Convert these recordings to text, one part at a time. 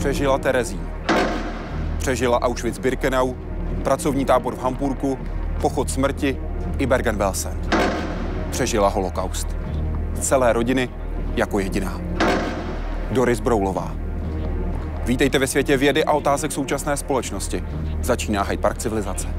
Přežila Terezín. Přežila Auschwitz-Birkenau, pracovní tábor v Hamburku, pochod smrti i Bergen-Belsen. Přežila holokaust. Celé rodiny jako jediná. Doris Broulová. Vítejte ve světě vědy a otázek současné společnosti. Začíná Hyde Park civilizace.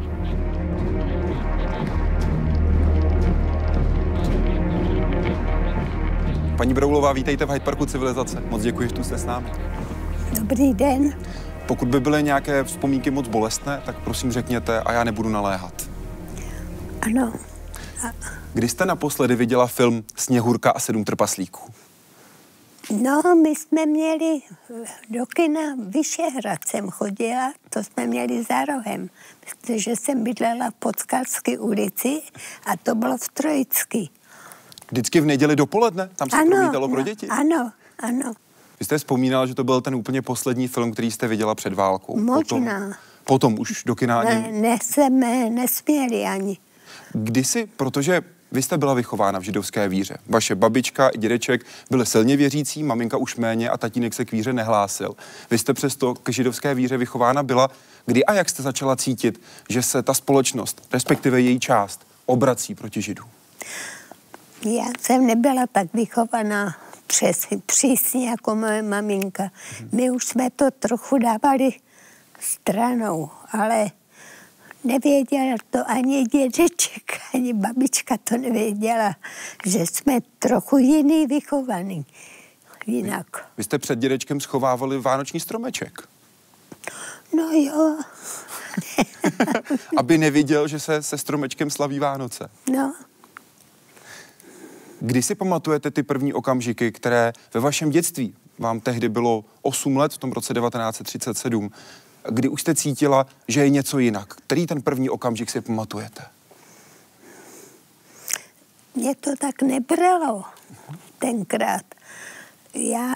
Paní Broulová, vítejte v Hyde Parku civilizace. Moc děkuji, že tu jste s námi. Dobrý den. Pokud by byly nějaké vzpomínky moc bolestné, tak prosím řekněte a já nebudu naléhat. Ano. Kdy jste naposledy viděla film Sněhurka a 7 trpaslíků? No, my jsme měli do kina Vyšehrad jsem chodila, to jsme měli za rohem, protože jsem bydlela v Podskalské ulici a to bylo v Trojicky. Vždycky v neděli dopoledne? Tam se promítalo pro děti? Ano, ano. Vy jste vzpomínal, že to byl ten úplně poslední film, který jste viděla před válkou. Možná. Potom už do kina ani... Ne, jsme nesměli ani. Kdysi, protože vy jste byla vychována v židovské víře. Vaše babička i dědeček byli silně věřící, maminka už méně a tatínek se k víře nehlásil. Vy jste přesto k židovské víře vychována byla. Kdy a jak jste začala cítit, že se ta společnost, respektive její část, obrací proti židům? Já jsem nebyla tak vychovaná přísně jako moje maminka. My už jsme to trochu dávali stranou, ale nevěděl to ani dědeček, ani babička to nevěděla, že jsme trochu jiný vychovaný. Jinak. Vy jste před dědečkem schovávali vánoční stromeček. No jo. Aby neviděl, že se stromečkem slaví Vánoce. No. Kdy si pamatujete ty první okamžiky, které ve vašem dětství, vám tehdy bylo 8 let, v tom roce 1937, kdy už jste cítila, že je něco jinak? Který ten první okamžik si pamatujete? Mě to tak nebralo tenkrát. Já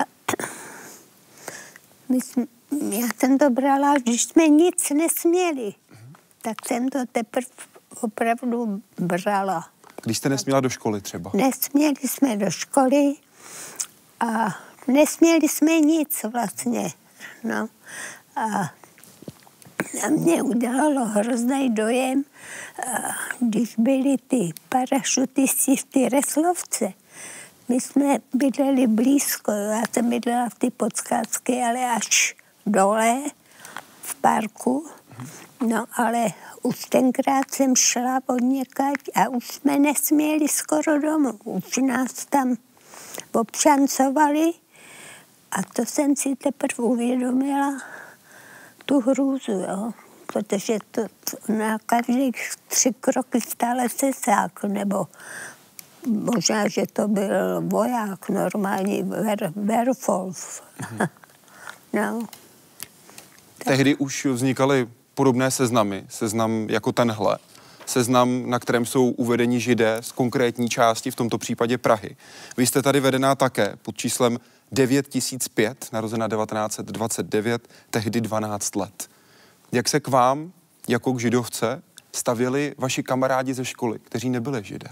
jsem to brala, když jsme nic nesměli. Tak jsem to teprve opravdu brala. Když jste nesměla do školy třeba? Nesměli jsme do školy a nesměli jsme nic vlastně. No. A mě udělalo hrozný dojem, když byli ty parašutisti v té Reslovce. My jsme bydleli blízko, já jsem bydlela v té Podskalské, ale až dole v parku. No ale už tenkrát jsem šla od někať a už jsme nesměli skoro domů. Už nás tam obšancovali a to jsem si teprve uvědomila, tu hrůzu, jo. Protože to na každých 3 kroky stále sesák, nebo možná, že to byl voják, normální Werwolf. No. Tehdy už vznikaly podobné seznamy, seznam jako tenhle. Seznam, na kterém jsou uvedeni Židé z konkrétní části, v tomto případě Prahy. Vy jste tady vedená také pod číslem 9005, narozena 1929, tehdy 12 let. Jak se k vám, jako k židovce, stavěli vaši kamarádi ze školy, kteří nebyli Židé?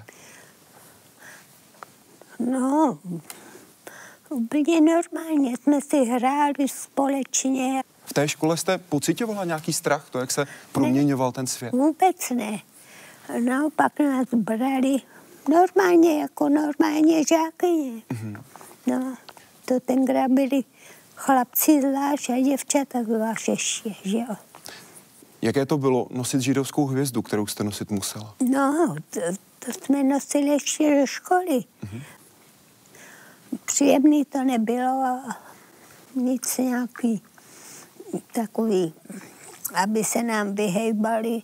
No, úplně normálně jsme si hráli společně. V té škole jste pocitovala nějaký strach, to, jak se proměňoval ten svět? Vůbec ne. Naopak nás brali normálně, jako normálně žákyně. No, to tenkrát byli chlapci zvlášť a děvčata zvlášť ještě, že jo. Jaké to bylo nosit židovskou hvězdu, kterou jste nosit musela? No, to jsme nosili ještě do školy. Příjemný to nebylo a nic nějaký takový, aby se nám vyhejbali.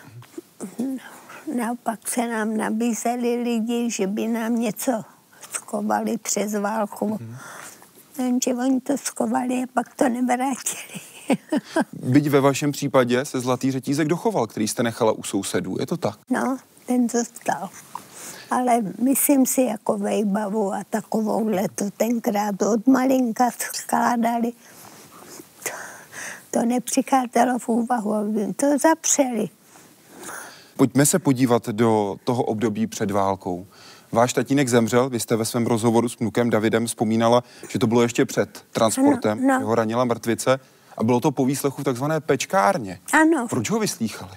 Naopak se nám nabízeli lidi, že by nám něco skovali přes válku. Jenže oni to skovali a pak to nevrátili. Byť ve vašem případě se zlatý řetízek dochoval, který jste nechala u sousedů, je to tak? No, ten zostal. Ale myslím si jako vejbavu a takovouhle to tenkrát od malinka skládali. To nepřicházelo v úvahu, aby to zapřeli. Pojďme se podívat do toho období před válkou. Váš tatínek zemřel, vy jste ve svém rozhovoru s vnukem Davidem vzpomínala, že to bylo ještě před transportem, Ano. jeho ranila mrtvice a bylo to po výslechu v takzvané pečkárně. Ano. Proč ho vyslýchali?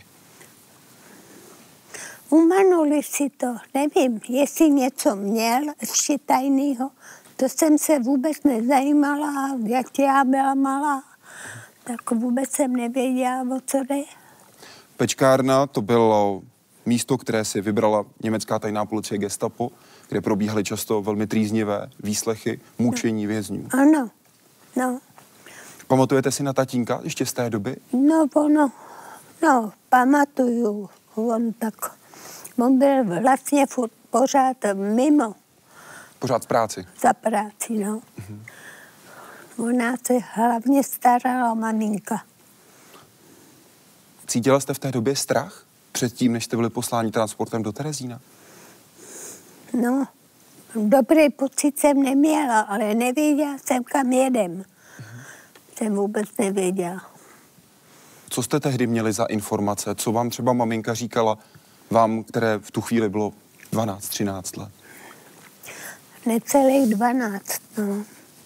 Umanuli si to, nevím, jestli něco měl ještě tajného. To jsem se vůbec nezajímala, jak já byla malá, tak vůbec jsem nevěděla, o co jde. Pečkárna to bylo místo, které si vybrala německá tajná policie Gestapo, kde probíhaly často velmi trýznivé výslechy, mučení vězňů. Ano, no. Pamatujete si na tatínka ještě z té doby? No, pamatuju. On byl vlastně furt pořád mimo. Pořád v práci. Za práci, no. Ona se hlavně starala maminka. Cítila jste v té době strach předtím, než jste byli posláni transportem do Terezína? No, dobrý pocit jsem neměla, ale nevěděla jsem, kam jedem. Jsem vůbec nevěděla. Co jste tehdy měli za informace? Co vám třeba maminka říkala, vám, které v tu chvíli bylo 12, 13 let? Necelých 12, no.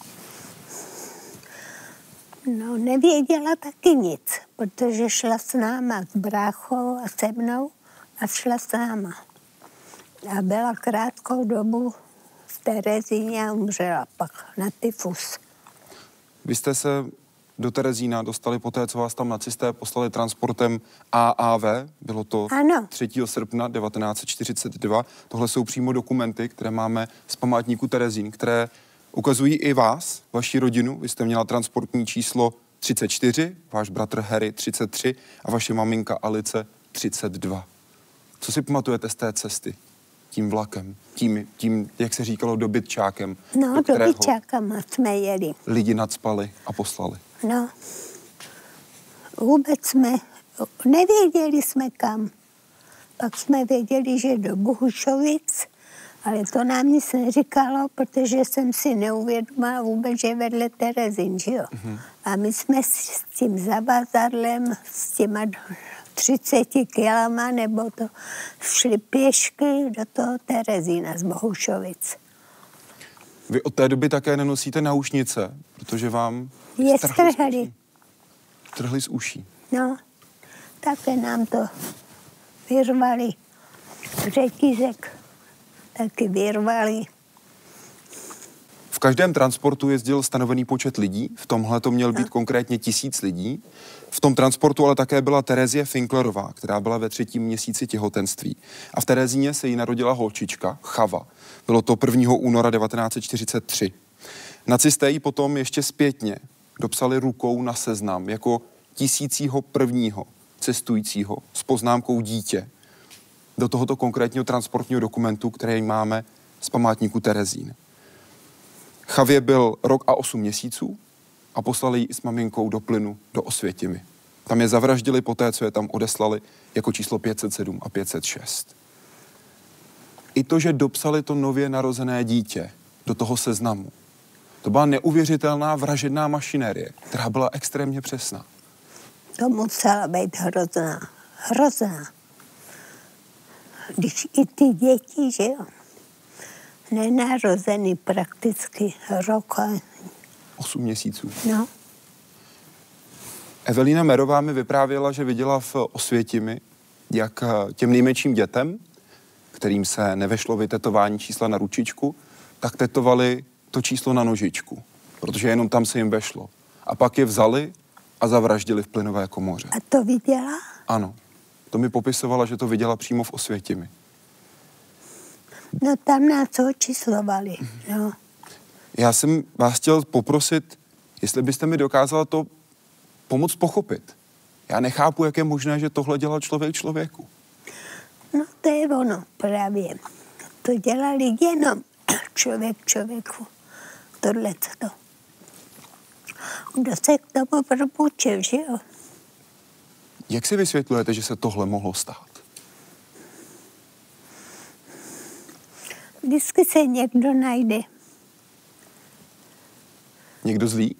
No, nevěděla taky nic, protože šla s náma, s bráchou a se mnou a šla s náma. A byla krátkou dobu v Terezíně a umřela pak na tyfus. Vy jste se do Terezína dostali poté, co vás tam nacisté poslali transportem AAV. Bylo to Ano. 3. srpna 1942. Tohle jsou přímo dokumenty, které máme z památníku Terezín, které ukazují i vás, vaši rodinu. Vy jste měla transportní číslo 34, váš bratr Harry 33 a vaše maminka Alice 32. Co si pamatujete z té cesty? Tím vlakem, tím, jak se říkalo, dobytčákem. No, dobytčákama jsme jeli. Lidi nacpali a poslali. No, vůbec nevěděli jsme kam. Pak jsme věděli, že do Bohušovic, ale to nám nic neříkalo, protože jsem si neuvědomila vůbec, že vedle Terezín, že jo. A my jsme s tím zavazadlem, s těma 30 kilama, nebo to šli pěšky do toho Terezína z Bohušovic. Vy od té doby také nenosíte náušnice, protože vám Je strhli. Strhli z uší. No, také nám to vyrvali. Řetízek taky vyrvali. V každém transportu jezdil stanovený počet lidí, v tomhle to měl být konkrétně 1000 lidí. V tom transportu ale také byla Terezie Finklerová, která byla ve 3. měsíci těhotenství. A v Terezíně se jí narodila holčička, Chava. Bylo to 1. února 1943. Nacisté ji potom ještě zpětně dopsali rukou na seznam jako 1001. cestujícího s poznámkou dítě do tohoto konkrétního transportního dokumentu, který máme z památníku Terezín. Chavě byl 1 rok a 8 měsíců a poslali ji s maminkou do plynu do Osvětimi. Tam je zavraždili poté, co je tam odeslali jako číslo 507 a 506. I to, že dopsali to nově narozené dítě do toho seznamu, to byla neuvěřitelná vražedná mašinérie, která byla extrémně přesná. To musela být hrozná. Hrozná. Když i ty děti, že jo, nenarozený prakticky rok a 8 měsíců. no. Evelina Merová mi vyprávěla, že viděla v Osvětimi, jak těm nejmenším dětem, kterým se nevešlo vytetování čísla na ručičku, tak tetovali to číslo na nožičku, protože jenom tam se jim vešlo. A pak je vzali a zavraždili v plynové komoře. A to viděla? Ano. To mi popisovala, že to viděla přímo v Osvětimi. No tam nás očíslovali, no. Já jsem vás chtěl poprosit, jestli byste mi dokázala to pomoct pochopit. Já nechápu, jak je možné, že tohle dělal člověk člověku. No to je ono právě. To dělali jenom člověk člověku. Tohleto. Kdo se k tomu propůjčil, že jo? Jak si vysvětlujete, že se tohle mohlo stát? Vždycky se někdo najde. Někdo zlý?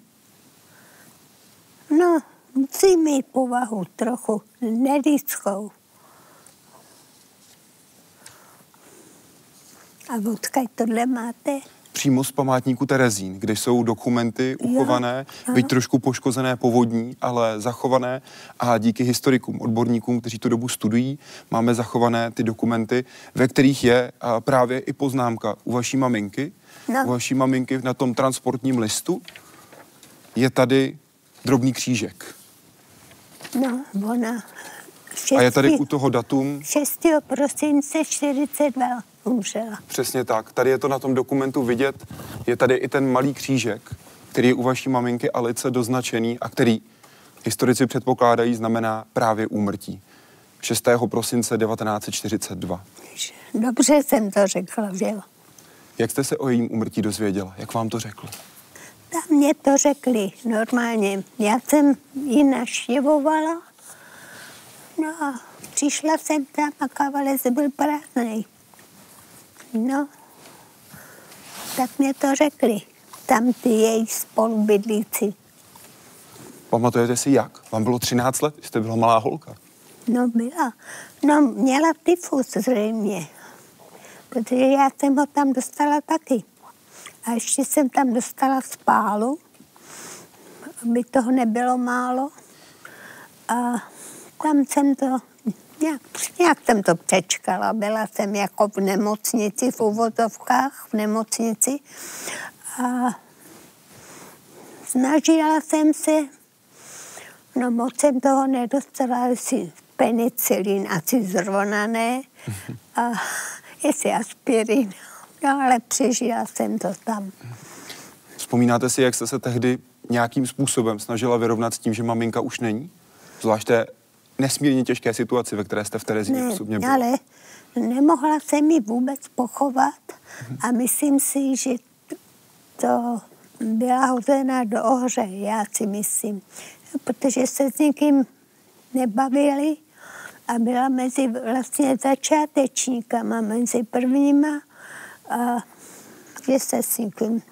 No, musí mít povahu trochu nelidskou. A odkud tohle máte? Přímo z památníku Terezín, kde jsou dokumenty uchované, byť trošku poškozené povodní, ale zachované, a díky historikům, odborníkům, kteří tu dobu studují, máme zachované ty dokumenty, ve kterých je právě i poznámka u vaší maminky. No. U vaší maminky na tom transportním listu je tady drobný křížek. No, ona... A je tady u toho datum... 6. prosince 42 umřela. Přesně tak. Tady je to na tom dokumentu vidět. Je tady i ten malý křížek, který je u vaší maminky Alice doznačený a který historici předpokládají znamená právě úmrtí. 6. prosince 1942. Dobře jsem to řekla, že jo. Jak jste se o jejím úmrtí dozvěděla? Jak vám to řekl? Tam mě to řekli normálně. Já jsem ji navštěvovala. No a přišla jsem tam a kavalec byl prázdnej. No, tak mě to řekli. Tam ty její spolubydlíci. Pamatujete si jak? Vám bylo 13 let? Jste byla malá holka. No byla. No měla tyfus zřejmě. Protože já jsem ho tam dostala taky. A ještě jsem tam dostala spálu, aby toho nebylo málo. A tam jsem to, nějak jsem to přečkala. Byla jsem jako v nemocnici, v uvozovkách, v nemocnici. A snažila jsem se, no moc jsem toho nedostala, asi penicilin, asi zrovna ne. A jestli aspirin. No, ale přežila jsem to tam. Vzpomínáte si, jak jste se tehdy nějakým způsobem snažila vyrovnat s tím, že maminka už není? Zvlášť té nesmírně těžké situaci, ve které jste v Terezíně osobně byla. Ale nemohla jsem ji vůbec pochovat a myslím si, že to byla hozena do ohře, já si myslím. Protože se s někým nebavili a byla mezi vlastně začátečníkama, mezi prvníma, a že se s nikým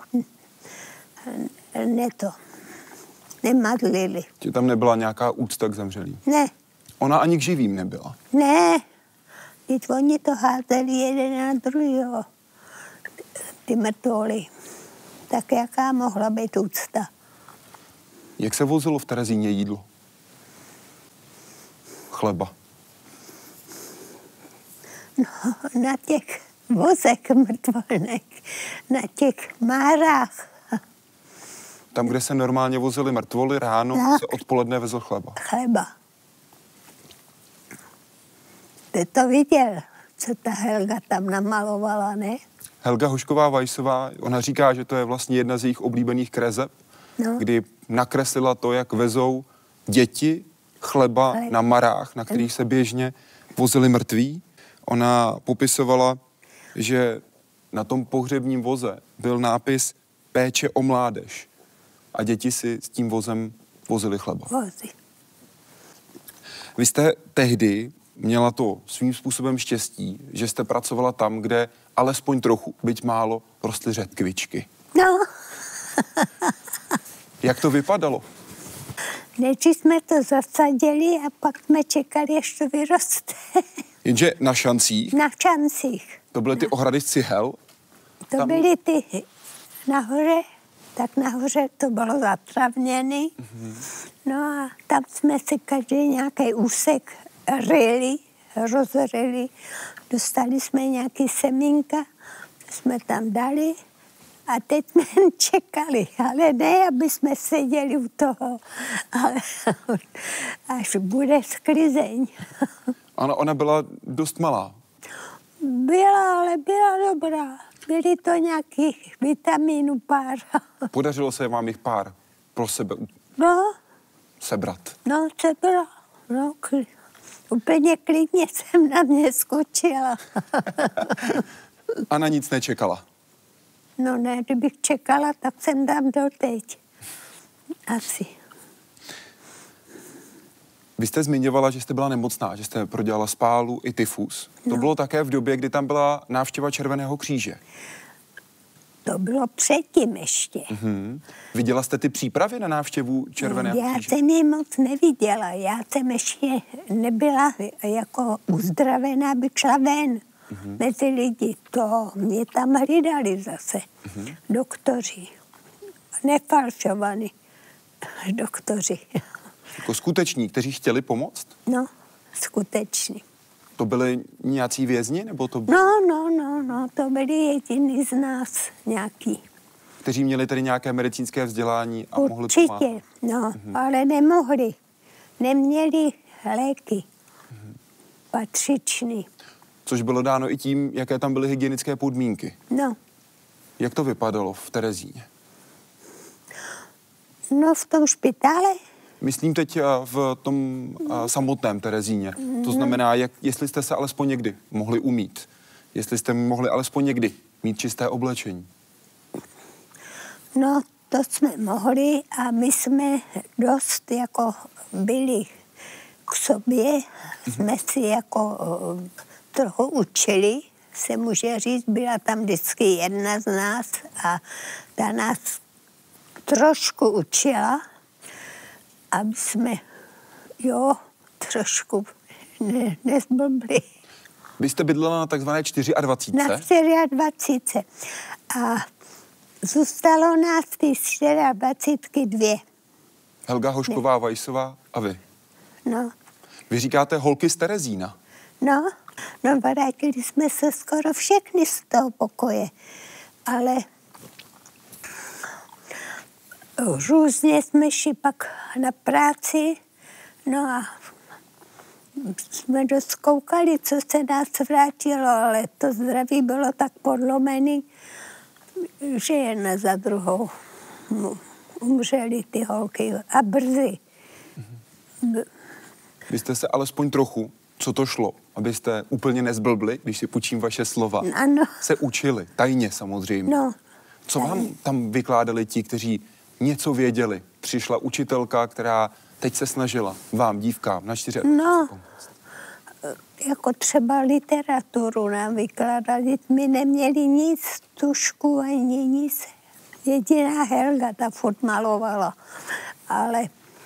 nemadlili. Že tam nebyla nějaká úcta k zemřelým? Ne. Ona ani k živým nebyla? Ne. Teď oni to házeli jeden na druhýho, ty mrtvoly. Tak jaká mohla být úcta? Jak se vozilo v Terezíně jídlo? Chleba? No, na těch vozech mrtvolnek, na těch márách. Tam, kde se normálně vozily mrtvoly, ráno tak. Se odpoledne vezl chleba. Chleba. Ty to viděl, co ta Helga tam namalovala, ne? Helga Hošková-Weissová, ona říká, že to je vlastně jedna z jejich oblíbených kreseb, kdy nakreslila to, jak vezou děti chleba na marách, na kterých se běžně vozili mrtví. Ona popisovala, že na tom pohřebním voze byl nápis Péče o mládež a děti si s tím vozem vozili chleba. Vozy. Vy jste tehdy měla to svým způsobem štěstí, že jste pracovala tam, kde alespoň trochu, byť málo, rostly řetkvičky. No. Jak to vypadalo? Nejdřív jsme to zasadili a pak jsme čekali, až to vyroste. Jenže na šancích, Na šancích. to byly ty ohrady z cihel. To Tam- byly ty nahoře, tak nahoře to bylo zatravněné. No a tam jsme si každý nějaký úsek ryli, rozryli. Dostali jsme nějaký semínka, jsme tam dali a teď jsme čekali, ale ne, aby jsme seděli u toho, ale až bude sklizeň. Ona byla dost malá. Byla, ale byla dobrá. Byly to nějakých vitaminů pár. Podařilo se vám jich pár pro sebe No, sebrat. no, co bylo? No, úplně klidně jsem na mě skočila. A na nic nečekala. No ne, kdybych čekala, tak jsem tam doteď. Asi. Vy jste zmiňovala, že jste byla nemocná, že jste prodělala spálu i tyfus. To bylo také v době, kdy tam byla návštěva Červeného kříže. To bylo předtím ještě. Viděla jste ty přípravy na návštěvu Červeného Já kříže? jsem ji moc neviděla. Já jsem ještě nebyla jako uzdravená, aby šla ven. mezi lidi. To mě tam hlídali zase. Doktoři. Nefalšovaní doktoři. Jako skuteční, kteří chtěli pomoct? No, skuteční. To byli nějací vězni, nebo to byli... No, to byli jediní z nás nějaký. Kteří měli tedy nějaké medicínské vzdělání a mohli pomáhat? Určitě, no, ale nemohli. Neměli léky patřičný. Což bylo dáno i tím, jaké tam byly hygienické podmínky. No. Jak to vypadalo v Terezíně? No, v tom špitále. Myslím teď v tom samotném Terezíně. To znamená, jestli jste se alespoň někdy mohli umýt. Jestli jste mohli alespoň někdy mít čisté oblečení. No, to jsme mohli a my jsme dost jako byli k sobě. Jsme si jako trochu učili, se může říct. Byla tam vždycky jedna z nás a ta nás trošku učila, aby jsme, trošku nezblbli. Vy jste bydlela na takzvané 24? Na 24. A zůstalo nás ty 24 2. Helga Hošková Vajsová a vy. No. Vy říkáte holky z Terezína. No, vrátili jsme se skoro všechny z toho pokoje. Ale různě jsme šli pak na práci, no a jsme dost koukali, co se nás vrátilo, ale to zdraví bylo tak podlomený, že jedna za druhou umřely ty holky a brzy. Vy jste se alespoň trochu, co to šlo, abyste úplně nezblbli, když si půjčím vaše slova, ano. se učili, tajně samozřejmě. No, co vám tam vykládali ti, kteří něco věděli? Přišla učitelka, která teď se snažila vám, dívkám, na 4 no, jako třeba literaturu nám vykládali. My neměli nic, tušku ani nic. Jediná Helga, ta furt malovala. Ale,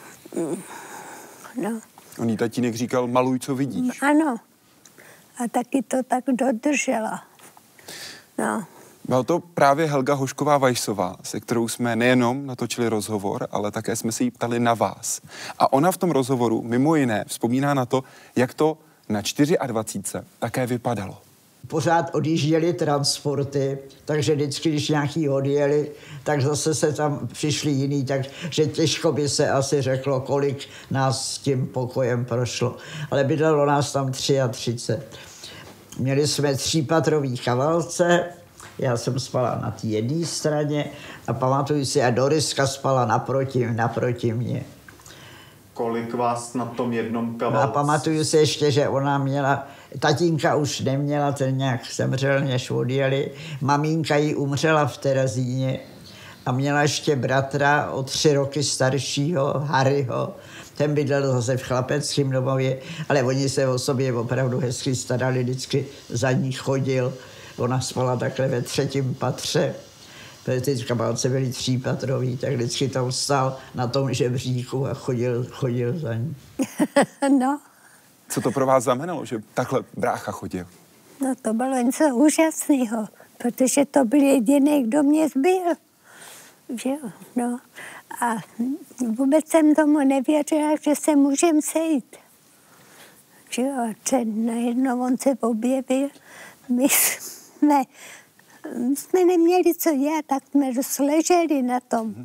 no. On jí tatínek říkal, maluj, co vidíš. Ano. A taky to tak dodržela. No. Byla to právě Helga Hošková Vajsová, se kterou jsme nejenom natočili rozhovor, ale také jsme se jí ptali na vás. A ona v tom rozhovoru mimo jiné vzpomíná na to, jak to na 24 také vypadalo. Pořád odjížděly transporty, takže vždycky, když nějaký odjeli, tak zase se tam přišli jiný, takže těžko by se asi řeklo, kolik nás s tím pokojem prošlo. Ale bydlelo nás tam 33. Měli jsme 3patrový kavalce, já jsem spala na té jedné straně a pamatuju si, a Doriska spala naproti mě. Kolik vás na tom jednom kavalci? No a pamatuju si ještě, že ona měla, tatínka už neměla, ten nějak zemřel, než odjeli. Mamínka jí umřela v Terezíně a měla ještě bratra o 3 roky staršího, Harryho. Ten bydlel zase v chlapeckém domově, ale oni se o sobě opravdu hezky starali, vždycky za ní chodil. Ona spala takhle ve 3. patře. Ty kabalce byly 3patrový, tak vždycky tam stál na tom žebříku a chodil za ní. No. Co to pro vás znamenalo, že takhle brácha chodil? No to bylo něco úžasného, protože to byl jediný, kdo mě zbyl. Že jo, no. A vůbec jsem tomu nevěřila, že se můžeme sejít. Že jo, a najednou on se objevil. My jsme neměli co dělat, tak jsme leželi na tom.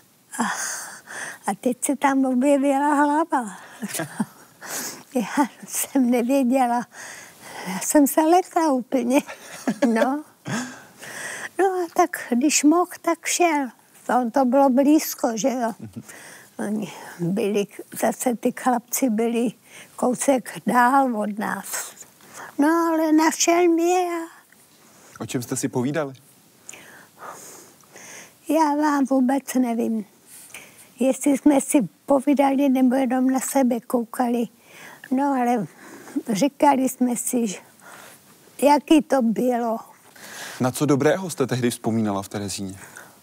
A teď se tam objevila hlava. Já jsem nevěděla. Já jsem se lekla úplně. No. No a tak, když mohl, tak šel. To bylo blízko, že jo. Oni byli, zase ty chlapci byli kousek dál od nás. No, ale našel mě a... O čem jste si povídali? Já vám vůbec nevím. Jestli jsme si povídali, nebo jenom na sebe koukali. No, ale říkali jsme si, jaký to bylo. Na co dobrého jste tehdy vzpomínala v Terezíně?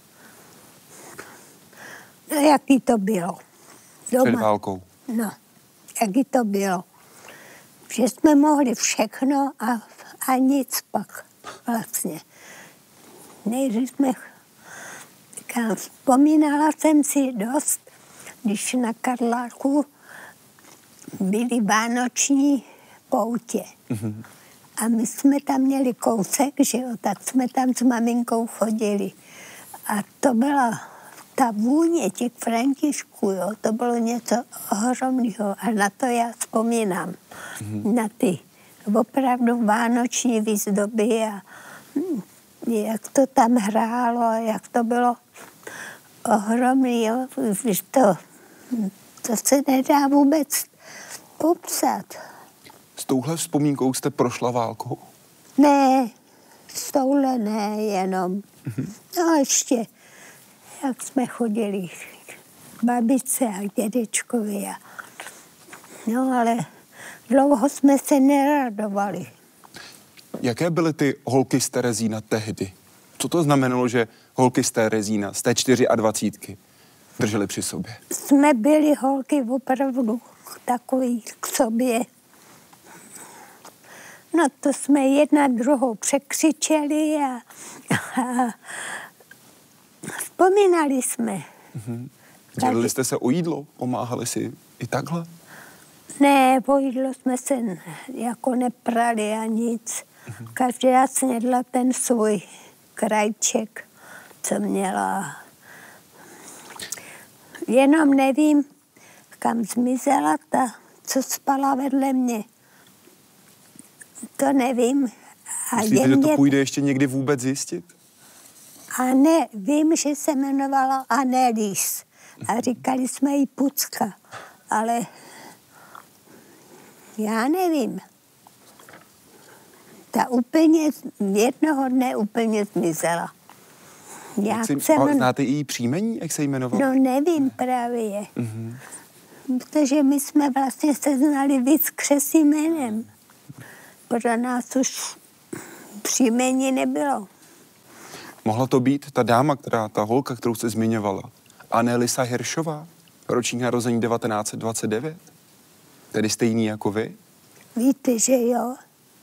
No, jaký to bylo. Doma. Před válkou. No, jaký to bylo. Že jsme mohli všechno a a nic pak vlastně. Nejdřív jsme, vzpomínala jsem si dost, když na Karláku byly vánoční poutě. Mm-hmm. A my jsme tam měli kousek, že jo, tak jsme tam s maminkou chodili. A to byla ta vůně těch Františků, jo, to bylo něco ohromného. A na to já vzpomínám. Mm-hmm. Na ty opravdu vánoční výzdoby a jak to tam hrálo, jak to bylo ohromný, jo. To se nedá vůbec popsat. S touhle vzpomínkou jste prošla válkou? Ne, s touhle ne, jenom. Mm-hmm. No ještě, jak jsme chodili k babice a k dědečkovi. No ale dlouho jsme se neradovali. Jaké byly ty holky z Terezína tehdy? Co to znamenalo, že holky z Terezína, z té 24, držely při sobě? Jsme byli holky opravdu takový k sobě. No to jsme jedna druhou překřičeli a vzpomínali jsme. Mm-hmm. Dělili jste se o jídlo? Pomáhali si i takhle? Ne, o jídlo jsme se jako neprali a nic. Každá snědla ten svůj krajček, co měla. Jenom nevím, kam zmizela ta, co spala vedle mě. To nevím. A myslíte, že to půjde ještě někdy vůbec zjistit? A ne, vím, že se jmenovala Annelies. A říkali jsme jí Pucka. Ale já nevím. Ta úplně, jednoho dne úplně zmizela. Znáte její příjmení, jak se jmenovala? No nevím právě. Mm-hmm. Protože my jsme vlastně se znali víc křesím jménem. Pro nás už příjmení nebylo. Mohla to být ta dáma, ta holka, kterou jste zmiňovala? Annelisa Hiršová, ročník narození 1929? Tedy stejný jako vy? Víte, že jo.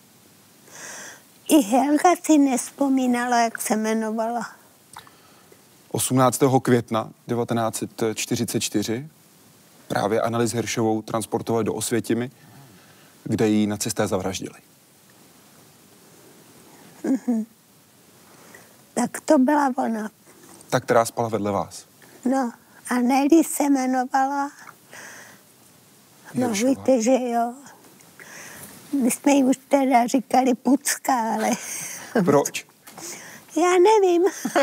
I Helga si nevzpomínala, jak se jmenovala. 18. května 1944 právě Annelies Hiršovou transportovali do Osvětimi, kde ji nacisté zavraždili. Mm-hmm. Tak to byla ona. Ta, která spala vedle vás. No, Annelies se jmenovala. No, Hiršová. Víte, že jo. My jsme jí už teda říkali Pucka, ale... Proč? Já nevím.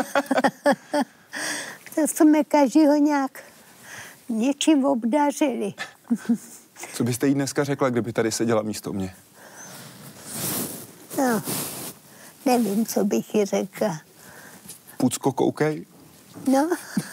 To jsme každýho nějak něčím obdařili. Co byste jí dneska řekla, kdyby tady seděla místo mě? No, nevím, co bych jí řekla. Pucko, koukej? No.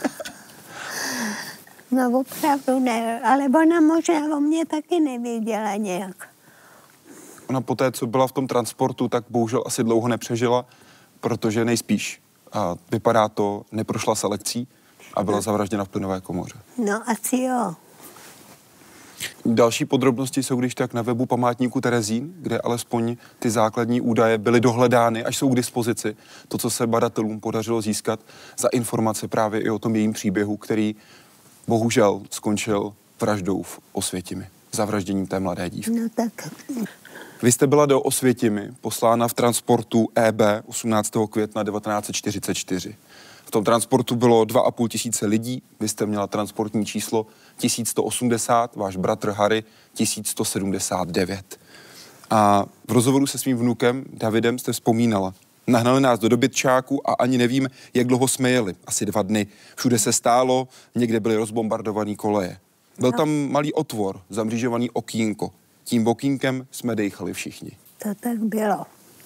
No opravdu ne, ale ona možná o mě taky nevěděla nějak. Ona poté, co byla v tom transportu, tak bohužel asi dlouho nepřežila, protože nejspíš, a vypadá to, neprošla selekcí a byla zavražděna v plynové komoře. No asi jo. Další podrobnosti jsou když tak na webu památníku Terezín, kde alespoň ty základní údaje byly dohledány, až jsou k dispozici. To, co se badatelům podařilo získat za informace právě i o tom jejím příběhu, který bohužel skončil vraždou v Osvětimi, zavražděním té mladé dívky. No tak... Vy jste byla do Osvětimi poslána v transportu EB 18. května 1944. V tom transportu bylo 2 500 lidí, vy jste měla transportní číslo 1180, váš bratr Harry 1179. A v rozhovoru se svým vnukem Davidem jste vzpomínala. Nahnali nás do dobytčáku a ani nevím, jak dlouho jsme jeli. Asi 2 dny. Všude se stálo, někde byly rozbombardované koleje. Byl tam malý otvor, zamřížovaný okýnko. Tím okýnkem jsme dejchali všichni. To tak bylo.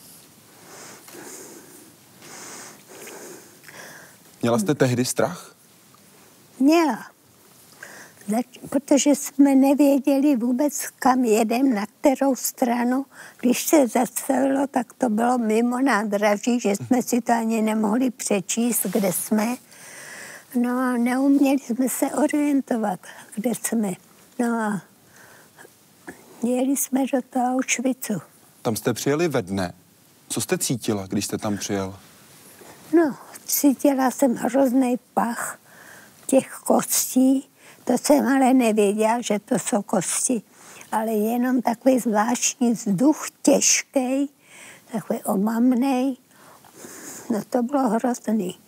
Měla jste tehdy strach? Měla. Protože jsme nevěděli vůbec, kam jedem, na kterou stranu. Když se zastavilo, tak to bylo mimo nádraží, že jsme si to ani nemohli přečíst, kde jsme. No a neuměli jsme se orientovat, kde jsme. No a jeli jsme do toho Auschwitzu. Tam jste přijeli ve dne, Co jste cítila, když jste tam přijel? No, cítila jsem hrozný pach těch kostí. To jsem ale nevěděla, že to jsou kosti. Ale jenom takový zvláštní vzduch, těžký, takový omamnej. No to bylo hrozný.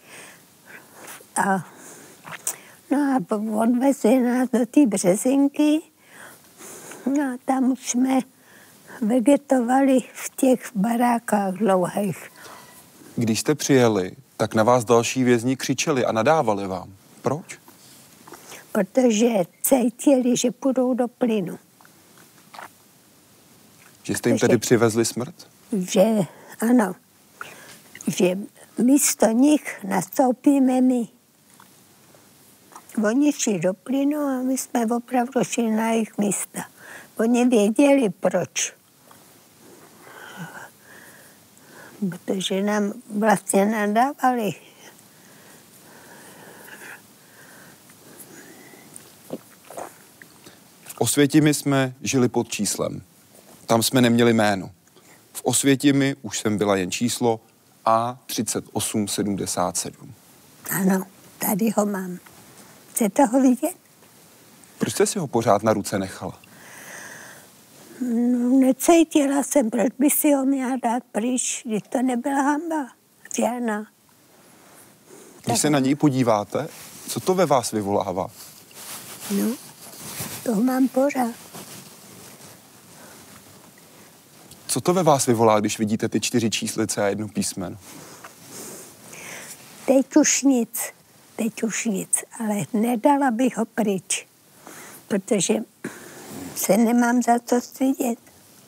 No a odvezli nás do té Březinky. No a tam už jsme vegetovali v těch barákách dlouhých. Když jste přijeli, tak na vás další vězni křičeli a nadávali vám. Proč? Protože cítili, že půjdou do plynu. Že jste jim tedy přivezli smrt? Že ano, že místo nich nastoupíme my. Oni šli do plynu a my jsme opravdu šli na jejich místa. Oni věděli, proč. Protože nám vlastně nadávali. V Osvětimi jsme žili pod číslem. Tam jsme neměli jméno. V Osvětimi už jsem byla jen číslo A3877. Ano, tady ho mám. Chcete ho vidět? Proč jste si ho pořád na ruce nechala? No, necítila jsem, proč by si ho měla dát pryč, když to nebyla hanba. Žádná. Když se na něj podíváte, co to ve vás vyvolává? No, to mám pořád. Co to ve vás vyvolá, když vidíte ty 4 číslice a 1 písmeno? Teď už nic, ale nedala bych ho pryč, protože se nemám za to stydět.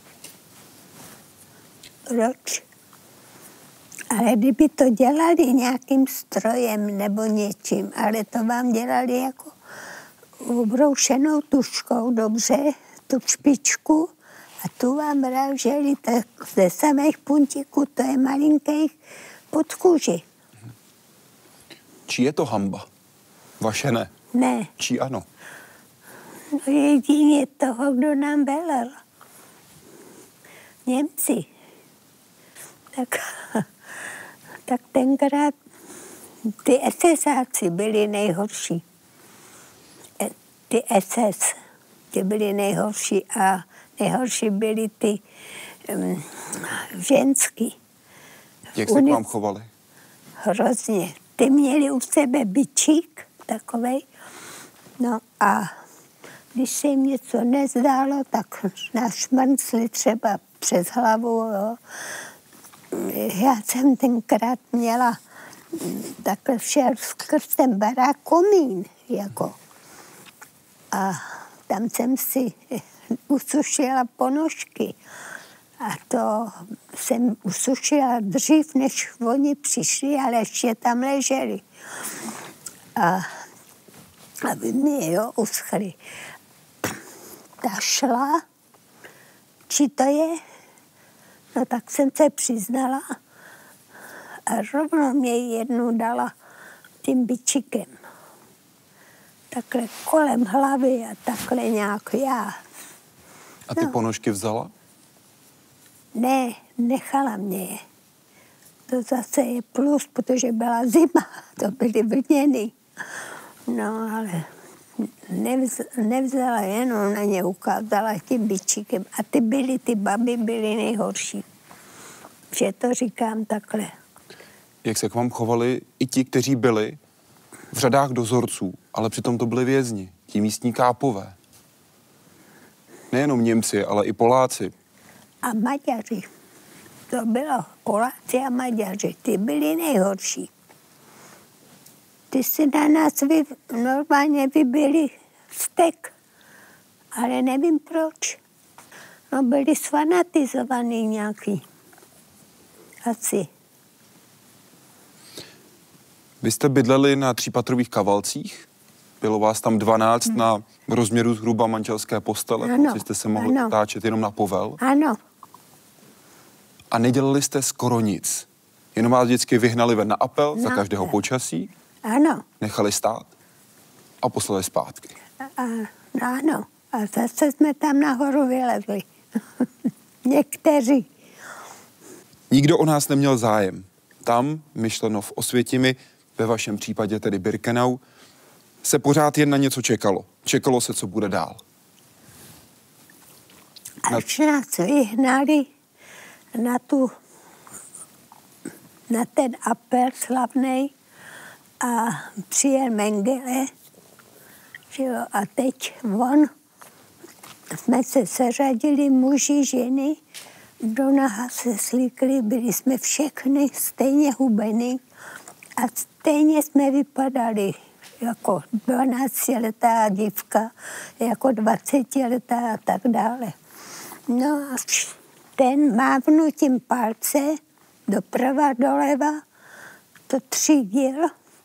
Proč? Ale kdyby to dělali nějakým strojem nebo něčím, ale to vám dělali jako obroušenou tuškou, dobře, tu špičku, a tu vám vráželi ze samých puntíků, to je malinkých pod kůži. Čí je to hanba? Vaše ne? Ne. Čí ano? No jedině toho, kdo nám velel. Němci. Tak tenkrát ty SSáci byli nejhorší. Ty SS, ty byli nejhorší a nejhorší byly ty ženský. Jak se k vám chovali? Hrozně. Ty měli u sebe bičík takovej. No a když se jim něco nezdálo, tak nás šmrncli třeba přes hlavu. Jo. Já jsem tenkrát měla takhle všel skrz ten barák komín, jako. A tam jsem si usušila ponožky. A to jsem usušila dřív, než oni přišli, ale ještě tam leželi. Aby mě, uschli. Ta šla, či to je, no tak jsem se přiznala a rovnou mě jednu dala tím bičíkem. Takhle kolem hlavy a takhle nějak já. A ty ponožky vzala? Ne, nechala mě je. To zase je plus, protože byla zima, to byly vlněny. No, ale nevzala, jenom na ně ukázala tím bičíkem. A ty baby byly nejhorší. Že to říkám takhle. Jak se k vám chovali i ti, kteří byli v řadách dozorců, ale přitom to byli vězni, ti místní kápové? Nejenom Němci, ale i Poláci. A Maďaři. To bylo Poláci a Maďaři. Ty byli nejhorší. Ty si na nás normálně vybili vztek. Ale nevím proč. No byli sfanatizovaný nějaký. Asi. Vy jste bydleli na 3patrových kavalcích? Bylo vás tam 12 na rozměru zhruba manželské postele? Ano. Jste se mohli otáčet jenom na povel? Ano. A nedělali jste skoro nic? Jenom vás vždycky vyhnali ven na apel za každého počasí? Ano. Nechali stát? A poslali zpátky? Ano. A zase jsme tam nahoru vylezli. Někteří. Nikdo o nás neměl zájem. Tam, myšleno v Osvětimi, ve vašem případě tedy Birkenau, se pořád jen na něco čekalo. Čekalo se, co bude dál. Až nás vyhnali na ten apel slavnej a přijel Mengele, že jo, a teď jsme se seřadili muži, ženy, do naha se slíkli, byli jsme všechny stejně hubeny a stejně jsme vypadali jako 12letá dívka, jako 20letá a tak dále. No a ten mávnutím palce doprava, doleva to třídil.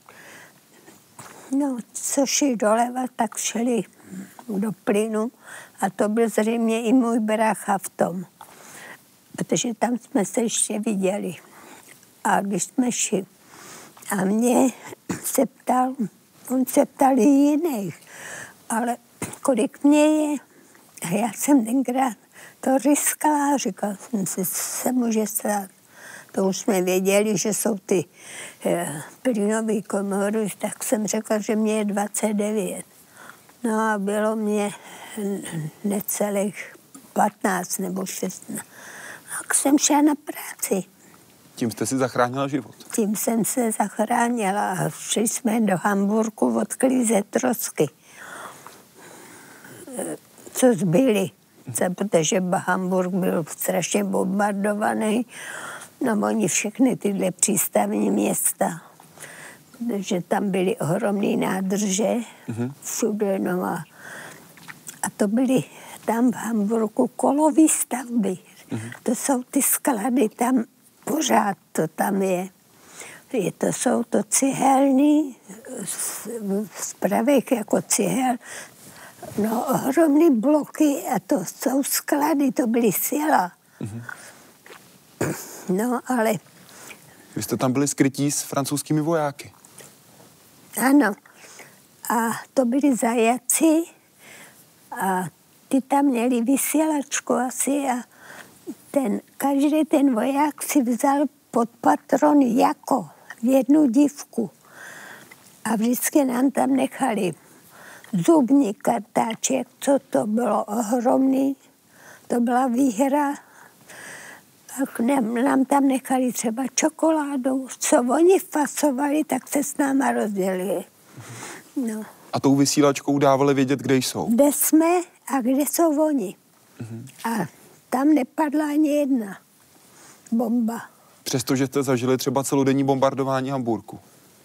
No, co šli doleva, tak šli do plynu a to byl zřejmě i můj brácha v tom, protože tam jsme se ještě viděli. A když jsme šli a mě se ptal, on se ptal i jiných, ale kolik mě je, a já jsem tenkrát to riskala, říkal jsem si, se může stát. To už jsme věděli, že jsou ty plynové komory, tak jsem řekla, že mě je 29. No a bylo mě necelých 15 nebo 16. Tak jsem šla na práci. Tím jste si zachránila život? Tím jsem se zachránila a šli jsme do Hamburku odklízet trosky, co zbyly. Protože Hamburg byl strašně bombardovaný. No oni všechny tyhle přístavní města, že tam byly ohromné nádrže všude. No a to byly tam v Hamburgu kolové stavby. To jsou ty sklady, tam pořád to tam je. Jsou to cihelný, z pravých jako cihel, no ohromné bloky a to jsou sklady, to byly sila. No, ale... Vy jste tam byli skrytí s francouzskými vojáky. Ano. A to byli zajaci a ty tam měli vysílačku asi a každý ten voják si vzal pod patron jako jednu dívku. A vždycky nám tam nechali zubní kartáček, co to bylo ohromný, to byla výhra. Tak nám tam nechali třeba čokoládu, co oni fasovali, tak se s náma rozdělili. No. A tou vysílačkou dávali vědět, kde jsou? Kde jsme a kde jsou oni. A tam nepadla ani jedna bomba. Přestože jste zažili třeba celodenní bombardování Hamburku?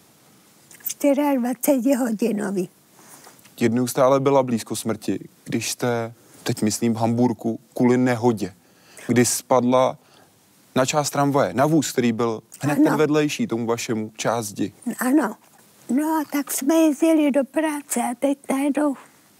24hodinový. Jednou jste ale byla blízko smrti, když jste, teď myslím v Hamburku, kvůli nehodě, kdy spadla na část tramvaje, na vůz, který byl hned ten vedlejší tomu vašemu část zdi. Ano. No a tak jsme jezdili do práce a teď najednou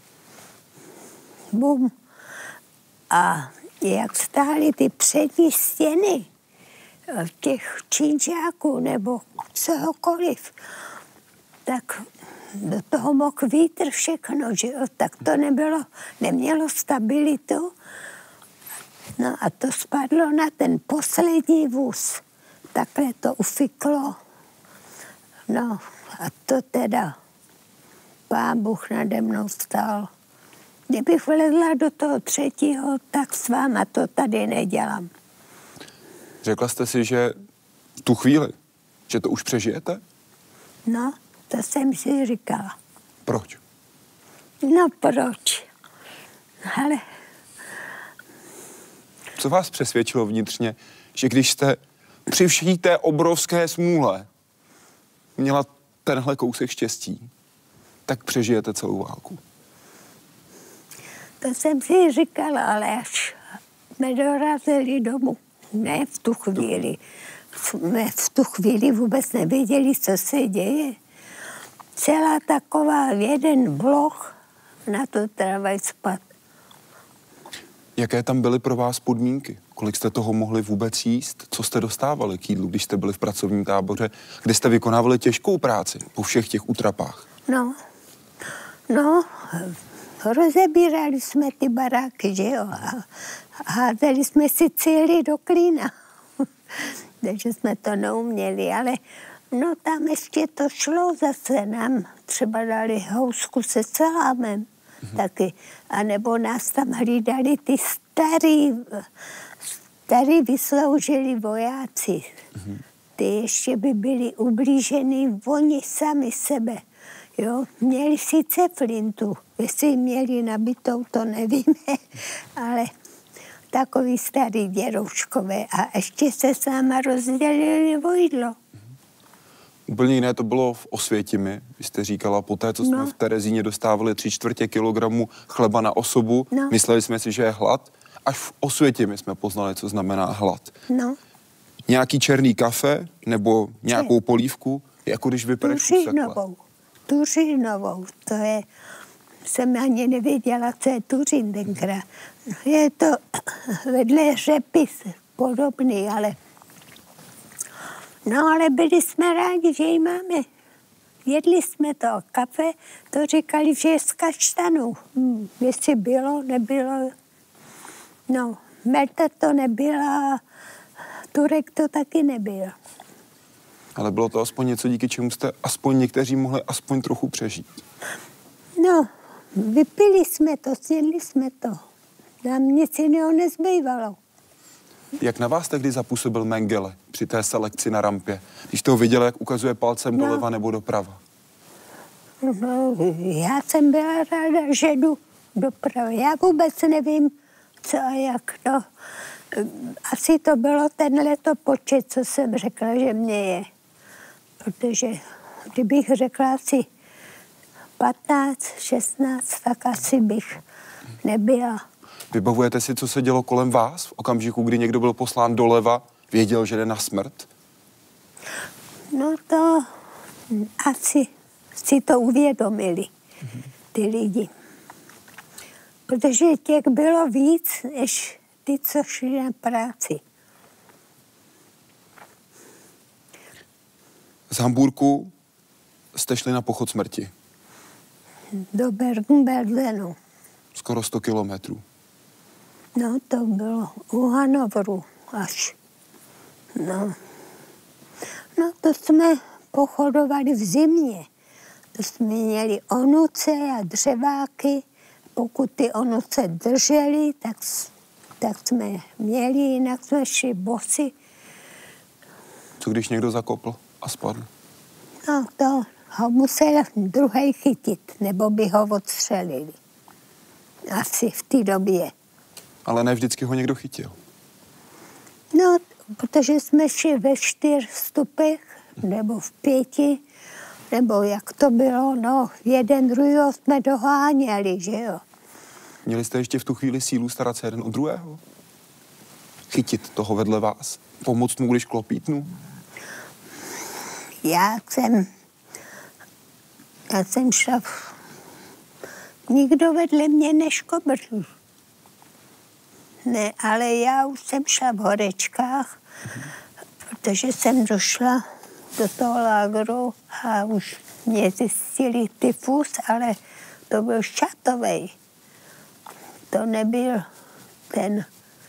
bum. A jak stály ty přední stěny těch čínžáků nebo cokoliv, tak do toho mohl vítr všechno, že jo? Tak to nemělo stabilitu. No a to spadlo na ten poslední vůz. Takhle to ufiklo. No a to teda Pán Bůh nade mnou stál. Kdybych vlezla do toho třetího, tak s váma to tady nedělám. Řekla jste si, že v tu chvíli, že to už přežijete? No, to jsem si říkala. Proč? No proč? Ale... Co vás přesvědčilo vnitřně, že když jste při vší té obrovské smůle měla tenhle kousek štěstí, tak přežijete celou válku? To jsem si říkala, ale až jsme dorazili domů. Ne v tu chvíli. Jsme v tu chvíli vůbec nevěděli, co se děje. Celá taková jeden blok na to tramvaj spad. Jaké tam byly pro vás podmínky? Kolik jste toho mohli vůbec jíst? Co jste dostávali k jídlu, když jste byli v pracovním táboře, kde jste vykonávali těžkou práci po všech těch útrapách? No, rozebírali jsme ty baráky, že jo, a házeli jsme si cíly do klína. takže jsme to neuměli, ale no tam ještě to šlo zase, nám třeba dali housku se salámem taky, anebo nás tam hlídali ty starý vysloužili vojáci. Ty ještě by byli ublíženi oni sami sebe. Jo, měli sice flintu, jestli měli nabitou, to nevíme, ale takový starý děrouškové a ještě se s náma rozdělili o jídlo. Úplně jiné to bylo v Osvětimi. Vy jste říkala, poté, co jsme v Terezíně dostávali 3/4 kilogramu chleba na osobu, mysleli jsme si, že je hlad. Až v Osvětimi jsme poznali, co znamená hlad. No. Nějaký černý kafe nebo nějakou polívku, jako když vypereš kus takhle. Tuřínovou, to je, jsem ani nevěděla, co je Tuřín tenkrát. Je to vedle řepy podobný, ale no, ale byli jsme rádi, že ji máme. Jedli jsme to kafe, to říkali, že je z kaštanů. Jestli bylo, nebylo. No, Melta to nebyla, Turek to taky nebyl. Ale bylo to aspoň něco, díky čemu jste aspoň někteří mohli aspoň trochu přežít. No, vypili jsme to, snědli jsme to. Nám nic jiného nezbývalo. Jak na vás tehdy zapůsobil Mengele při té selekci na rampě? Když jste ho viděla, jak ukazuje palcem doleva nebo doprava? No, já jsem byla ráda, že jdu doprava. Já vůbec nevím, co a jak. No, asi to bylo tenhleto počet, co jsem řekla, že mě je. Protože kdybych řekla asi 15, 16, tak asi bych nebyla. Vybavujete si, co se dělo kolem vás v okamžiku, kdy někdo byl poslán doleva, věděl, že jde na smrt? No to asi si to uvědomili, ty lidi. Protože těch bylo víc, než ty, co šli na práci. Z Hamburku jste šli na pochod smrti. Do Bergen-Belsenu. Skoro 100 kilometrů. No, to bylo u Hanovru až. No, to jsme pochodovali v zimě. To jsme měli onuce a dřeváky. Pokud ty onuce drželi, tak jsme měli, jinak jsme šli bosy. Co když někdo zakopl a spadl? No, to ho musel druhej chytit, nebo by ho odstřelili. Asi v té době. Ale ne vždycky ho někdo chytil. No, protože jsme šli ve 4 stupech, nebo v 5, nebo jak to bylo, no, jeden druhého jsme doháněli, že jo. Měli jste ještě v tu chvíli sílu starat se jeden o druhého? Chytit toho vedle vás? Pomoct mu, když klopítnu? Já jsem šla, nikdo vedle mě neškobrl. Ne, ale já už jsem šla v horečkách, protože jsem došla do toho lágru a už mě zjistili tyfus, ale to byl šatovej. To nebyl ten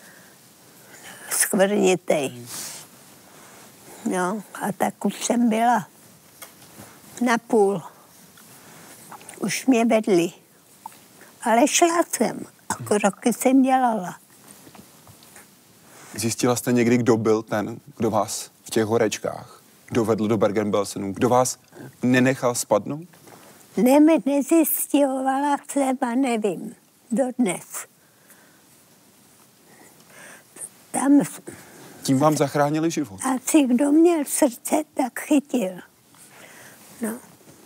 skvrnitej. No, a tak už jsem byla napůl. Už mě vedli. Ale šla jsem a kroky jsem dělala. Zjistila jste někdy, kdo byl ten, kdo vás v těch horečkách dovedl do Bergen-Belsenu? Kdo vás nenechal spadnout? Nezjišťovala jsem a nevím. Dodnes. Tam... Tím vám zachránili život? Asi kdo měl srdce, tak chytil. No.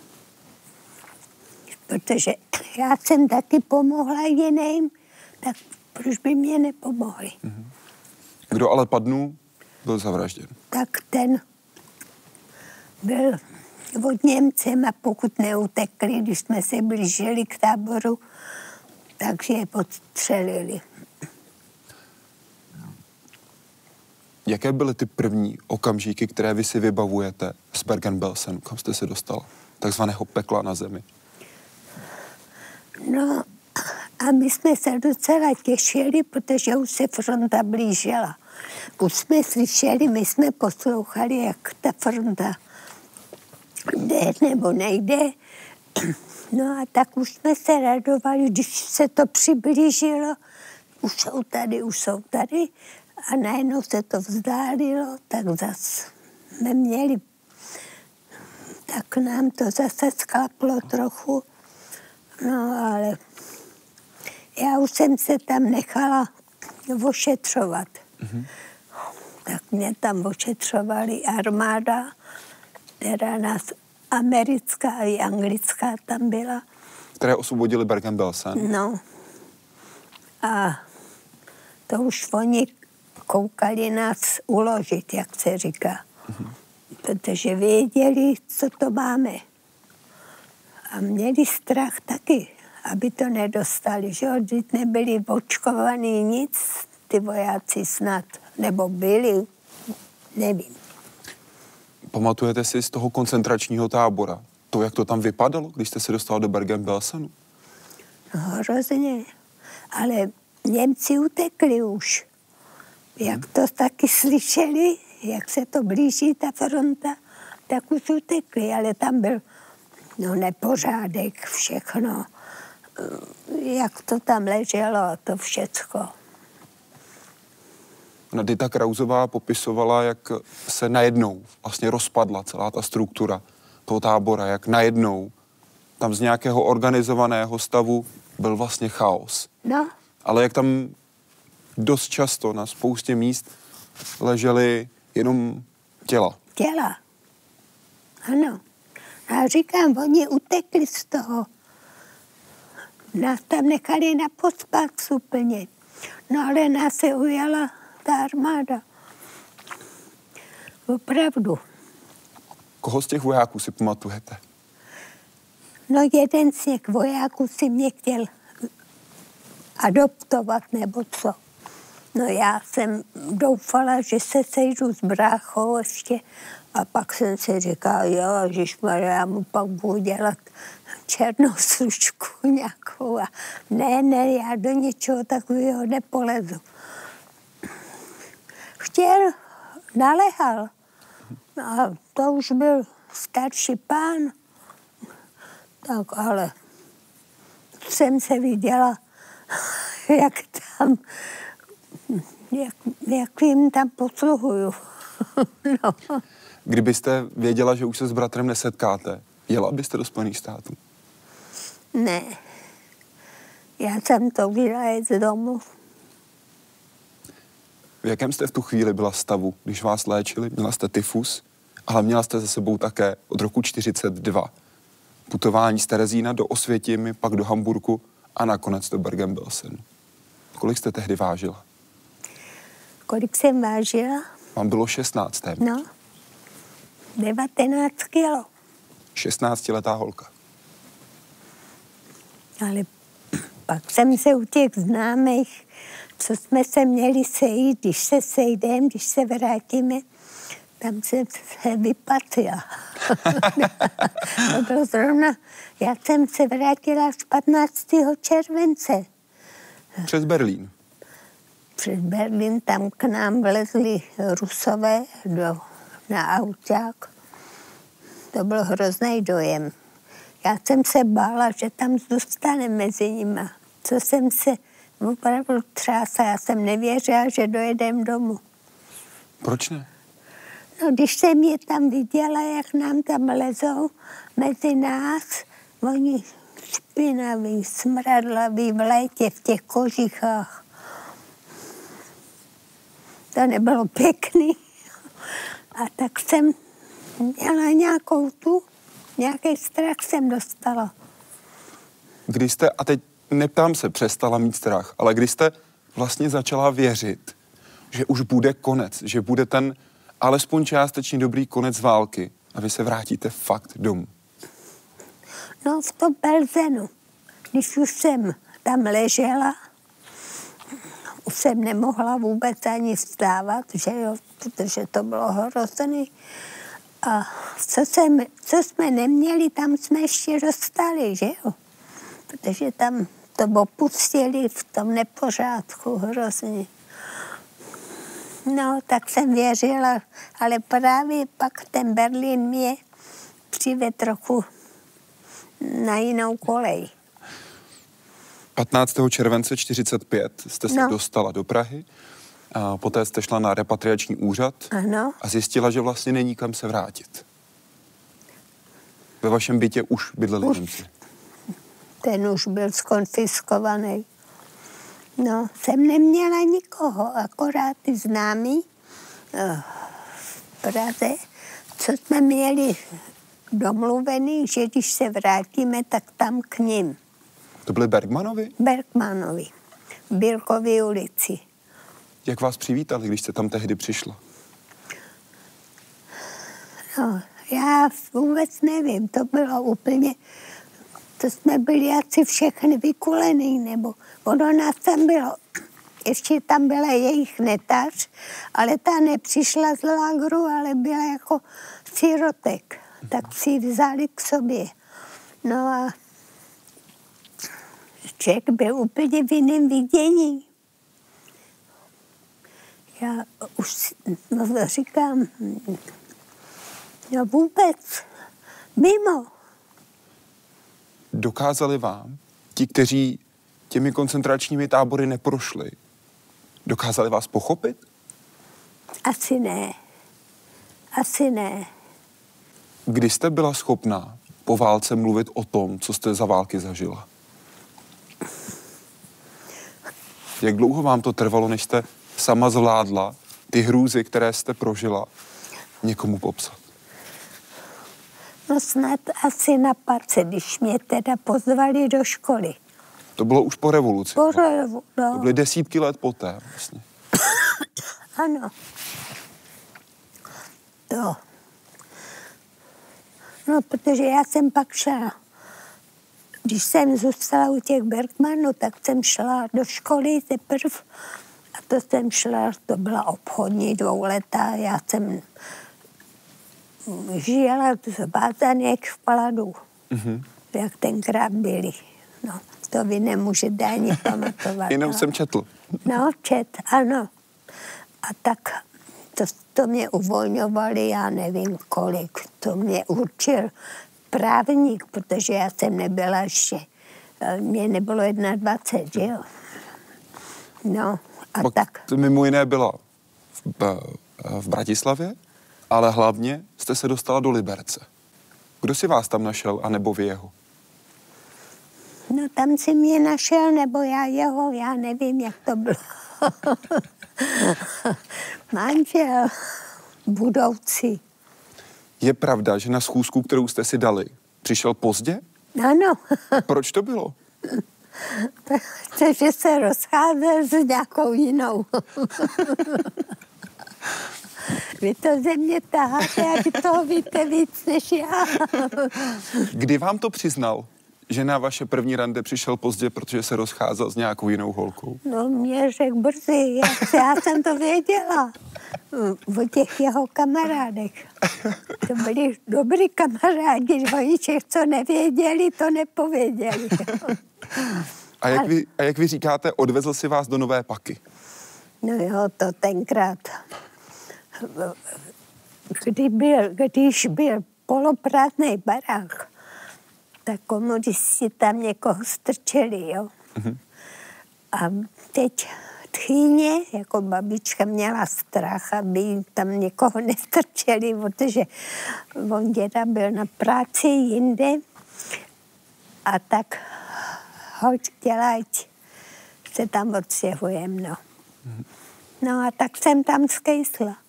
Protože já jsem taky pomohla jiným, tak proč by mě nepomohli? Kdo ale padnul, byl zavražděn. Tak ten byl od Němcem a pokud neutekli, když jsme se blížili k táboru, takže je podstřelili. Jaké byly ty první okamžiky, které vy si vybavujete z Bergen-Belsenu, kam jste se dostala? Takzvaného pekla na zemi. No a my jsme se docela těšili, protože už se fronta blížila. Už jsme slyšeli, my jsme poslouchali, jak ta fronta jde nebo nejde. No a tak už jsme se radovali, když se to přiblížilo. Už jsou tady. A najednou se to vzdálilo, tak zase jsme měli. Tak nám to zase sklaplo trochu. No ale já už jsem se tam nechala ošetřovat. Tak mě tam ošetřovali armáda, která nás americká i anglická tam byla. Které osvobodili Bergen-Belsen? No. A to už oni koukali nás uložit, jak se říká. Protože věděli, co to máme. A měli strach taky, aby to nedostali, že vždyť nebyli očkovaní nic, ty vojáci snad, nebo byli, nevím. Pamatujete si z toho koncentračního tábora to, jak to tam vypadalo, když jste se dostala do Bergen-Belsenu? No hrozně, ale Němci utekli už. Jak to taky slyšeli, jak se to blíží, ta fronta, tak už utekli, ale tam byl nepořádek, všechno. Jak to tam leželo, to všecko. Dita Krausová popisovala, jak se najednou vlastně rozpadla celá ta struktura toho tábora, jak najednou tam z nějakého organizovaného stavu byl vlastně chaos. No. Ale jak tam dost často na spoustě míst ležely jenom těla. Těla. Ano. A říkám, oni utekli z toho. Nás tam nechali na pospas úplně. No ale nás se ujala ta armáda. Opravdu. Koho z těch vojáků si pamatujete? No jeden z těch vojáků si mě chtěl adoptovat nebo co. No já jsem doufala, že se sejdu s bráchou ještě a pak jsem si říkala, ježišmarja, já mu pak budu dělat černou služku nějakou a ne, já do něčeho takového nepolezu. Chtěl, naléhal. A to už byl starší pán. Tak ale jsem se viděla, jak jim tam posluhuju. No. Kdybyste věděla, že už se s bratrem nesetkáte, jela byste do Spojených států? Ne. Já jsem to chtěla jet z domu. V jakém jste v tu chvíli byla stavu, když vás léčili? Měla jste tyfus, ale měla jste za sebou také od roku 1942 putování z Terezína do Osvětimi, pak do Hamburku a nakonec do Bergen-Belsenu. Kolik jste tehdy vážila? Kolik jsem vážila? Vám bylo 16. No, 19 kilo. 16letá holka. Ale pak jsem se u těch známých, co jsme se měli sejít, když se sejdeme, když se vrátíme, tam jsem se vypatila. To bylo zrovna, já jsem se vrátila až 15. července. Přes Berlín. Přes Berlín, tam k nám vlezli Rusové na auták. To byl hrozný dojem. Já jsem se bála, že tam zůstane mezi nima. Co jsem se opravdu třásla, já jsem nevěřila, že dojedem domů. Proč ne? No, když jsem je tam viděla, jak nám tam lezou mezi nás, oni špinaví, smradlaví v létě v těch kožichách. To nebylo pěkný. A tak jsem měla nějaký strach jsem dostala. Když jste, a teď neptám se, přestala mít strach, ale když jste vlastně začala věřit, že už bude konec, že bude ten alespoň částečně dobrý konec války a vy se vrátíte fakt domů. No v tom Belzenu, když už jsem tam ležela, už jsem nemohla vůbec ani vstávat, že jo, protože to bylo hrozný. A co jsme neměli, tam jsme ještě dostali, že jo. Protože tam to opustili v tom nepořádku hrozně. No, tak jsem věřila, ale právě pak ten Berlín mě přivedl trochu na jinou kolej. 15. července 45 jste se dostala do Prahy, a poté jste šla na repatriační úřad a zjistila, že vlastně není kam se vrátit. Ve vašem bytě už bydleli Němci. Ten už byl skonfiskovaný. No, jsem neměla nikoho, akorát ty známí v Praze, co jsme měli domluvený, že když se vrátíme, tak tam k ním. To byli Bergmanovi? Bergmanovi, v Bílkově ulici. Jak vás přivítali, když jste tam tehdy přišla? No, já vůbec nevím, to bylo úplně, to jsme byli asi všechny vykulený, nebo ono nás tam bylo, ještě tam byla jejich netář, ale ta nepřišla z lágru, ale byla jako sirotek, tak si ji vzali k sobě. No a člověk byl úplně v jiném vidění. Já už říkám, no vůbec, mimo. Dokázali vám, ti, kteří těmi koncentračními tábory neprošli, dokázali vás pochopit? Asi ne. Asi ne. Kdy jste byla schopná po válce mluvit o tom, co jste za války zažila? Jak dlouho vám to trvalo, než jste sama zvládla ty hrůzy, které jste prožila, někomu popsat? No snad asi na parce, když mě teda pozvali do školy. To bylo už po revoluci. No. To byly desítky let poté vlastně. Ano. To. No, protože já jsem pak šla. Když jsem zůstala u těch Bergmanů, tak jsem šla do školy teprve. A to jsem šla, to byla obchodní dvouletá. Já jsem žila z vázaných vkladů, jak tenkrát byli. No, to vy nemůžete ani pamatovat. Jenom jsem četl. No, ano. A tak to mě uvolňovali, já nevím kolik. To mě určil právník, protože já jsem nebyla ještě, mě nebylo 21, že jo. No, a tak. Mimo jiné byla v Bratislavě, ale hlavně jste se dostala do Liberce. Kdo si vás tam našel, anebo vy jeho? No tam si mě našel, nebo já jeho, já nevím, jak to bylo. Manžel budoucí. Je pravda, že na schůzku, kterou jste si dali, přišel pozdě? Ano. Proč to bylo? Protože se rozcházel s nějakou jinou. Vy to ze mě taháte a vy toho víte víc než já. Kdy vám to přiznal, že na vaše první rande přišel pozdě, protože se rozcházel s nějakou jinou holkou? No mě řekl brzy, já jsem to věděla. O těch jeho kamarádech. To byli dobrý kamarádi, oni těch, co nevěděli, to nepověděli. A jak vy říkáte, odvezl si vás do Nové Paky? No jo, to tenkrát. Když byl poloprázdnej barák, tak komunisti tam někoho strčeli, jo. A teď tchýně, jako babička měla strach, aby tam někoho nestrčeli, protože on děda byl na práci jinde a tak hoď chtěla, ať se tam odstěhujem, no. No a tak jsem tam skejsla.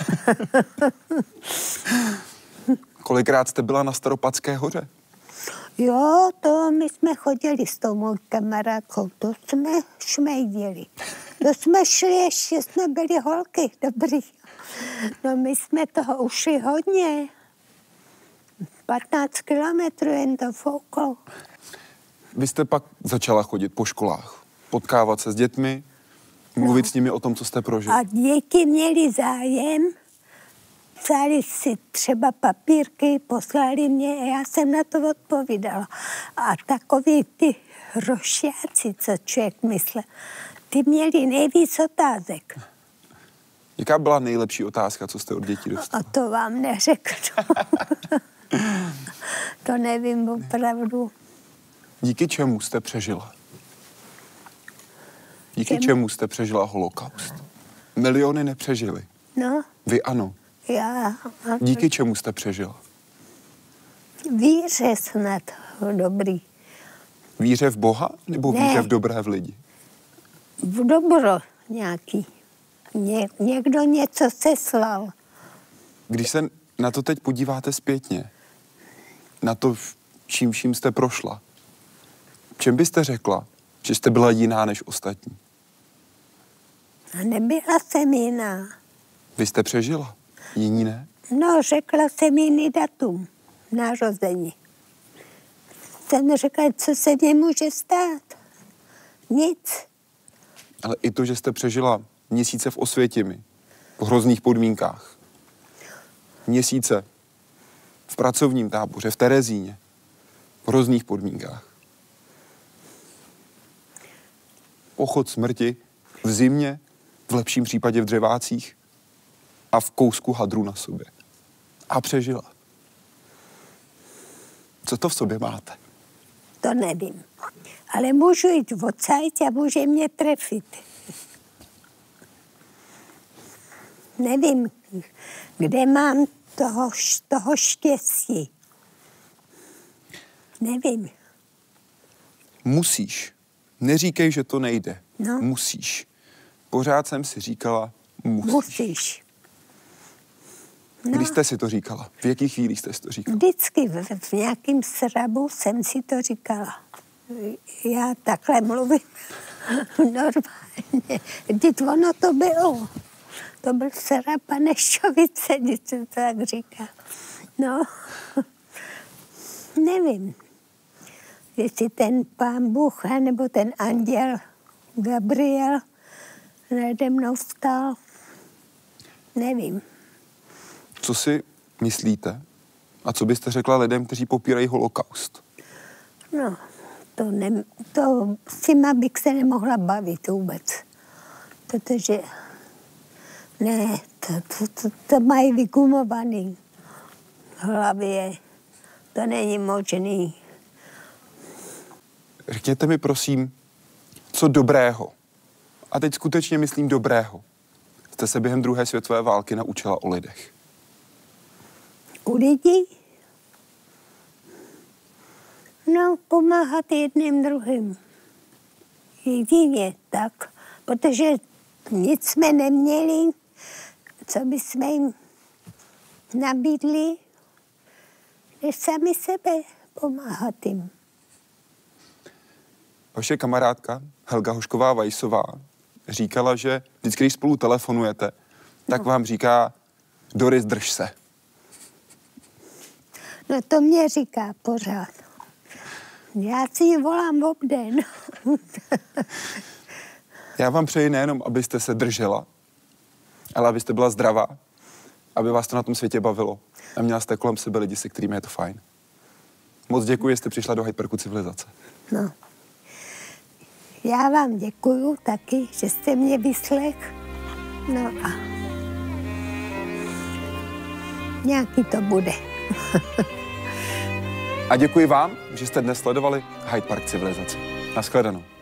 Kolikrát jste byla na Staropadské hoře? Jo, to my jsme chodili s tou mou kamarádkou, to jsme šmejdili. To jsme šli, ještě jsme byli holky, dobrý. No my jsme toho ušli hodně. 15 kilometrů jen to fouklo. Vy jste pak začala chodit po školách, potkávat se s dětmi, mluvit s nimi o tom, co jste prožili. A děti měli zájem, psali si třeba papírky, poslali mě a já jsem na to odpovídala. A takový ty rošťáci, co člověk myslel, ty měli nejvíc otázek. Jaká byla nejlepší otázka, co jste od dětí dostali? A to vám neřeknu. To nevím opravdu. Díky čemu jste přežila? Díky čemu jste přežila holokaust? Miliony nepřežili. No, Vy ano. já... Díky čemu jste přežila? Víře snad dobrý. Víře v Boha nebo Ne. víře v dobré v lidi? V dobro nějaký. Někdo něco seslal. Když se na to teď podíváte zpětně, na to, čím vším jste prošla, čem byste řekla, že jste byla jiná než ostatní? A nebyla jsem jiná. Vy jste přežila, jiní ne? No, řekla jsem jiný datum narození. Jsem řekla, co se mě může stát. Nic. Ale i to, že jste přežila měsíce v Osvětimi, v hrozných podmínkách, měsíce v pracovním táboře, v Terezíně, v hrozných podmínkách. Pochod smrti v zimě, v lepším případě v dřevácích a v kousku hadru na sobě. A přežila. Co to v sobě máte? To nevím. Ale můžu jít odsaď a může mě trefit. Nevím, kde mám toho štěstí. Nevím. Musíš. Neříkej, že to nejde. No. Musíš. Pořád jsem si říkala, musíš. Musíš. No, Když jste si to říkala? V jakých chvílích jste si to říkala? vždycky v nějakém srabu jsem si to říkala. Já takhle mluvím normálně. Vždyť ono to bylo. To byl srab a Nešťovice, když se to tak říká. No, nevím, jestli ten pán Bůh, nebo ten anděl Gabriel nade mnou vstal. Nevím. Co si myslíte? A co byste řekla lidem, kteří popírají holokaust? No, to s tím bych se nemohla bavit vůbec. Protože ne, to mají vygumovaný v hlavě. To není možný. Řekněte mi prosím, co dobrého, a teď skutečně myslím dobrého, jste se během druhé světové války naučila o lidech? U lidí? No, pomáhat jedním druhým. Jedině tak. Protože nic jsme neměli, co by jsme jim nabídli, než sami sebe pomáhat jim. Vaše kamarádka Helga Hošková-Vajsová říkala, že vždycky, když spolu telefonujete, tak vám říká, Doris, drž se. No to mě říká pořád. Já si ji volám obden. Já vám přeji nejenom, abyste se držela, ale abyste byla zdravá, aby vás to na tom světě bavilo a měla jste kolem sebe lidi, se kterými je to fajn. Moc děkuji, že jste přišla do Hyde Parku Civilizace. No. Já vám děkuju taky, že jste mě vyslech. No a nějaký to bude. A děkuji vám, že jste dnes sledovali Hyde Park Civilizace. Naschledanou.